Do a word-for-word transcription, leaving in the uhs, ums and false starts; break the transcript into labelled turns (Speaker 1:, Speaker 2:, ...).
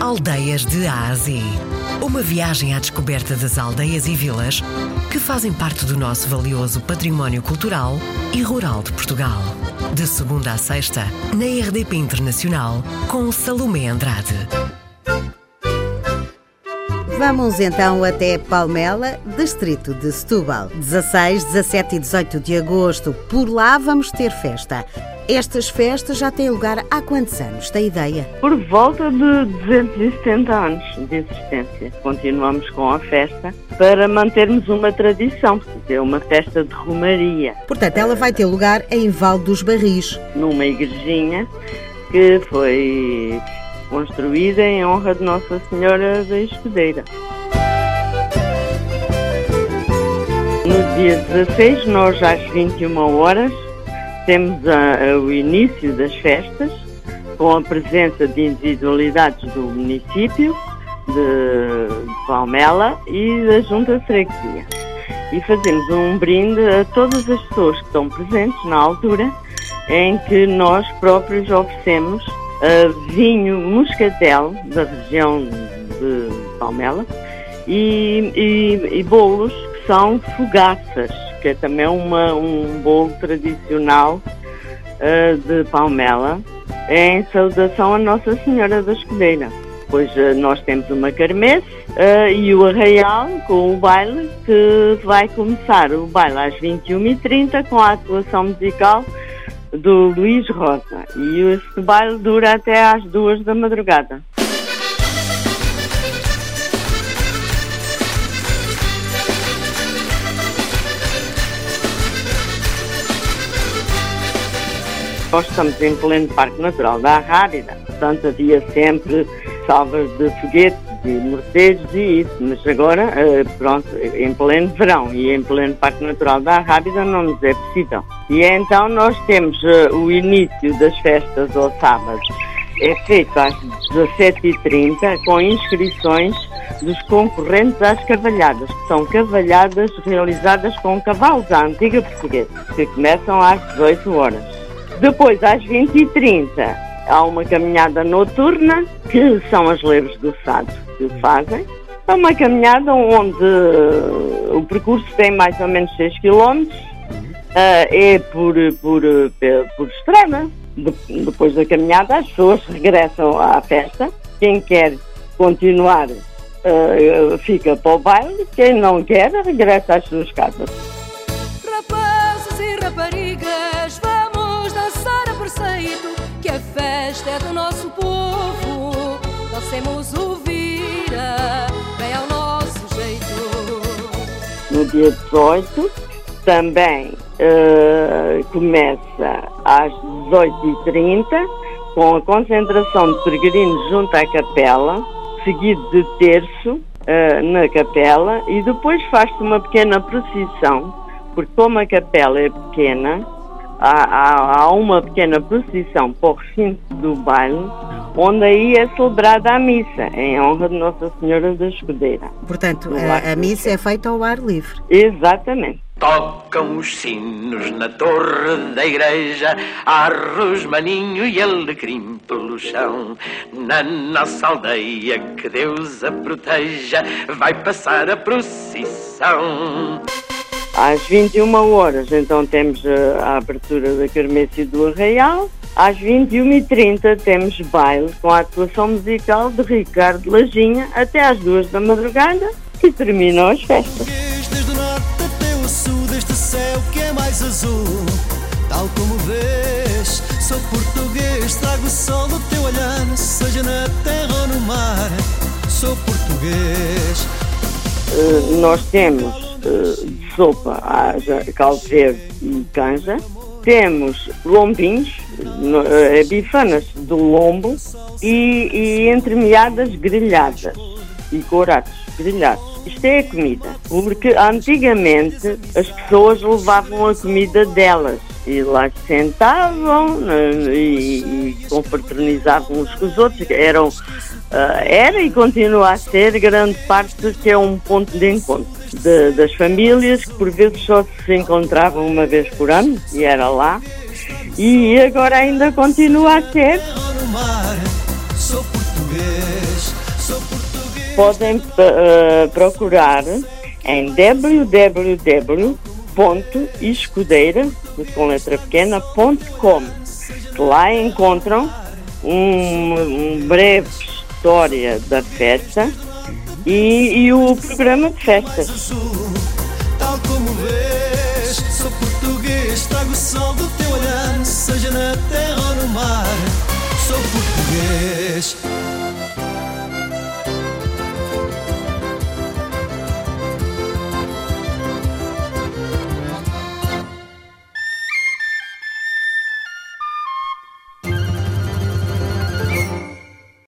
Speaker 1: Aldeias de A a Z. Uma viagem à descoberta das aldeias e vilas que fazem parte do nosso valioso património cultural e rural de Portugal. De segunda a sexta, na R D P Internacional, com Salomé Andrade.
Speaker 2: Vamos então até Palmela, distrito de Setúbal. dezasseis, dezassete e dezoito de agosto. Por lá vamos ter festa. Estas festas já têm lugar há quantos anos? Tem ideia?
Speaker 3: Por volta de duzentos e setenta anos de existência. Continuamos com a festa para mantermos uma tradição, porque é uma festa de romaria.
Speaker 2: Portanto, ela vai ter lugar em Val dos Barris.
Speaker 3: Numa igrejinha que foi construída em honra de Nossa Senhora da Escudeira. No dia dezasseis, nós às vinte e uma horas, temos a, a, o início das festas, com a presença de individualidades do município de, de Palmela e da Junta de Freguesia. E fazemos um brinde a todas as pessoas que estão presentes na altura, em que nós próprios oferecemos uh, vinho moscatel da região de Palmela e, e, e bolos que são fogaças, que é também uma, um bolo tradicional uh, de Palmela, em saudação a Nossa Senhora da Escudeira. Pois uh, nós temos uma quermesse uh, e o arraial com o baile, que vai começar o baile às vinte e uma e trinta com a atuação musical do Luís Rosa. E esse baile dura até às duas da madrugada. Nós estamos em pleno Parque Natural da Arrábida, portanto havia sempre salvas de foguetes e mortejos e isso, mas agora, pronto, em pleno verão e em pleno Parque Natural da Arrábida não nos é possível. E então nós temos o início das festas ao sábado, é feito às dezassete e trinta com inscrições dos concorrentes às cavalhadas, que são cavalhadas realizadas com cavalos à antiga portuguesa, que começam às dezoito horas. Depois, às vinte e trinta, há uma caminhada noturna, que são as lebres do Sado que fazem. É uma caminhada onde uh, o percurso tem mais ou menos seis quilómetros, uh, é por, por, por estrada. De, depois da caminhada, as pessoas regressam à festa. Quem quer continuar uh, fica para o baile, quem não quer regressa às suas casas.
Speaker 4: Rapazes e raparigas, que a festa é do nosso povo, nós ouvir bem ao nosso jeito.
Speaker 3: No dia dezoito também uh, começa às dezoito e trinta com a concentração de peregrinos junto à capela, seguido de terço uh, na capela, e depois faz-se uma pequena procissão, porque como a capela é pequena, Há, há, há uma pequena procissão para o recinto do baile, onde aí é celebrada a missa, em honra de Nossa Senhora da Escudeira.
Speaker 2: Portanto, a, a missa é feita ao ar livre.
Speaker 3: Exatamente.
Speaker 5: Tocam os sinos na torre da igreja, arroz, maninho e alecrim pelo chão. Na nossa aldeia, que Deus a proteja, vai passar a procissão.
Speaker 3: Às vinte e uma horas, então, temos a, a abertura da quermesse e do arraial. Às vinte e uma e trinta temos baile com a atuação musical de Ricardo Lajinha até às duas da madrugada e terminam as festas.
Speaker 6: Desde o norte até o sul, deste céu que é mais azul, tal como vês, sou português, trago o sol do teu olhar, seja na terra ou no mar, sou português.
Speaker 3: Uh, nós temos de sopa, haja caldo verde e canja. Temos lombinhos, bifanas do lombo e, e entremeadas grelhadas e courados grelhados. Isto é a comida, porque antigamente as pessoas levavam a comida delas e lá se sentavam e, e confraternizavam uns com os outros. Eram, uh, era e continua a ser grande parte que é um ponto de encontro de, das famílias, que por vezes só se encontravam uma vez por ano, e era lá, e agora ainda continua a ser.
Speaker 6: Sou português.
Speaker 3: podem uh, procurar em w w w ponto escudeira com letra pequena ponto com, que lá encontram um, um breve história da festa e, e o programa de festas.
Speaker 6: Tal como vês, sou português, trago o sol do teu olhar, seja na terra ou no mar, sou português.